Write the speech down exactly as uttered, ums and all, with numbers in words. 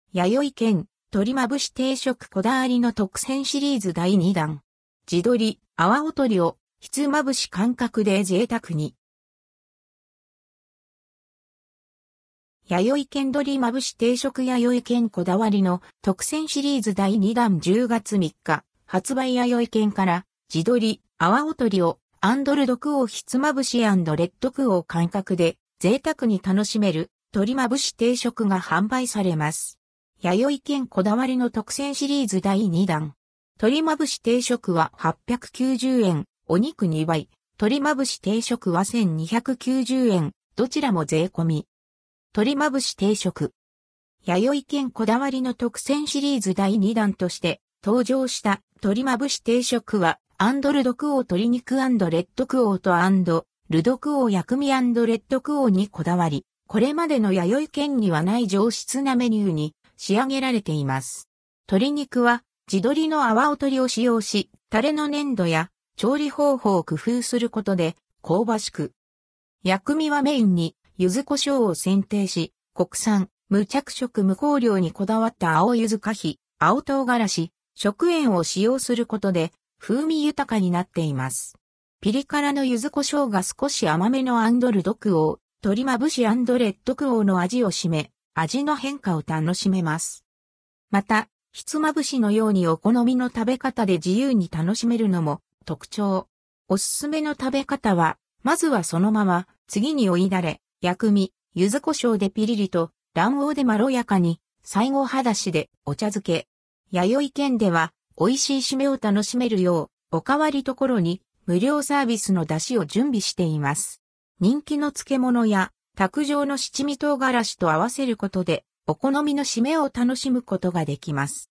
弥生県、鶏まぶし定食こだわりの特選シリーズだいにだん。地鶏、阿波尾鶏を、ひつまぶし感覚で贅沢に。弥生県鶏まぶし定食弥生県こだわりの特選シリーズだいにだんじゅうがつみっか、発売弥生県から、地鶏、阿波尾鶏を、アンドルドクオーひつまぶし&レッドクオー感覚で、贅沢に楽しめる、鶏まぶし定食が販売されます。弥生県こだわりの特選シリーズだいにだん。鶏まぶし定食ははっぴゃくきゅうじゅうえん、お肉にばい、鶏まぶし定食はせんにひゃくきゅうじゅうえん、どちらも税込み。鶏まぶし定食。弥生県こだわりの特選シリーズだいにだんとして登場した鶏まぶし定食はアンドルドクオー鶏肉&レッドクオーとアンドルドクオー薬味&レッドクオーにこだわり、これまでの弥生県にはない上質なメニューに仕上げられています。鶏肉は地鶏の阿波尾鶏を使用し、タレの粘度や調理方法を工夫することで香ばしく。薬味はメインに柚子胡椒を選定し、国産、無着色無香料にこだわった青柚子花皮、青唐辛子、食塩を使用することで風味豊かになっています。ピリ辛の柚子胡椒が少し甘めのアンドルドクオー、鶏まぶし&レッドクオーの味を占め、味の変化を楽しめます。また、ひつまぶしのようにお好みの食べ方で自由に楽しめるのも特徴。おすすめの食べ方は、まずはそのまま、次に追いだれ、薬味、柚子胡椒でピリリと、卵黄でまろやかに、最後はだしでお茶漬け。弥生県では、美味しい締めを楽しめるよう、おかわりところに無料サービスの出汁を準備しています。人気の漬物や、卓上の七味唐辛子と合わせることで、お好みの締めを楽しむことができます。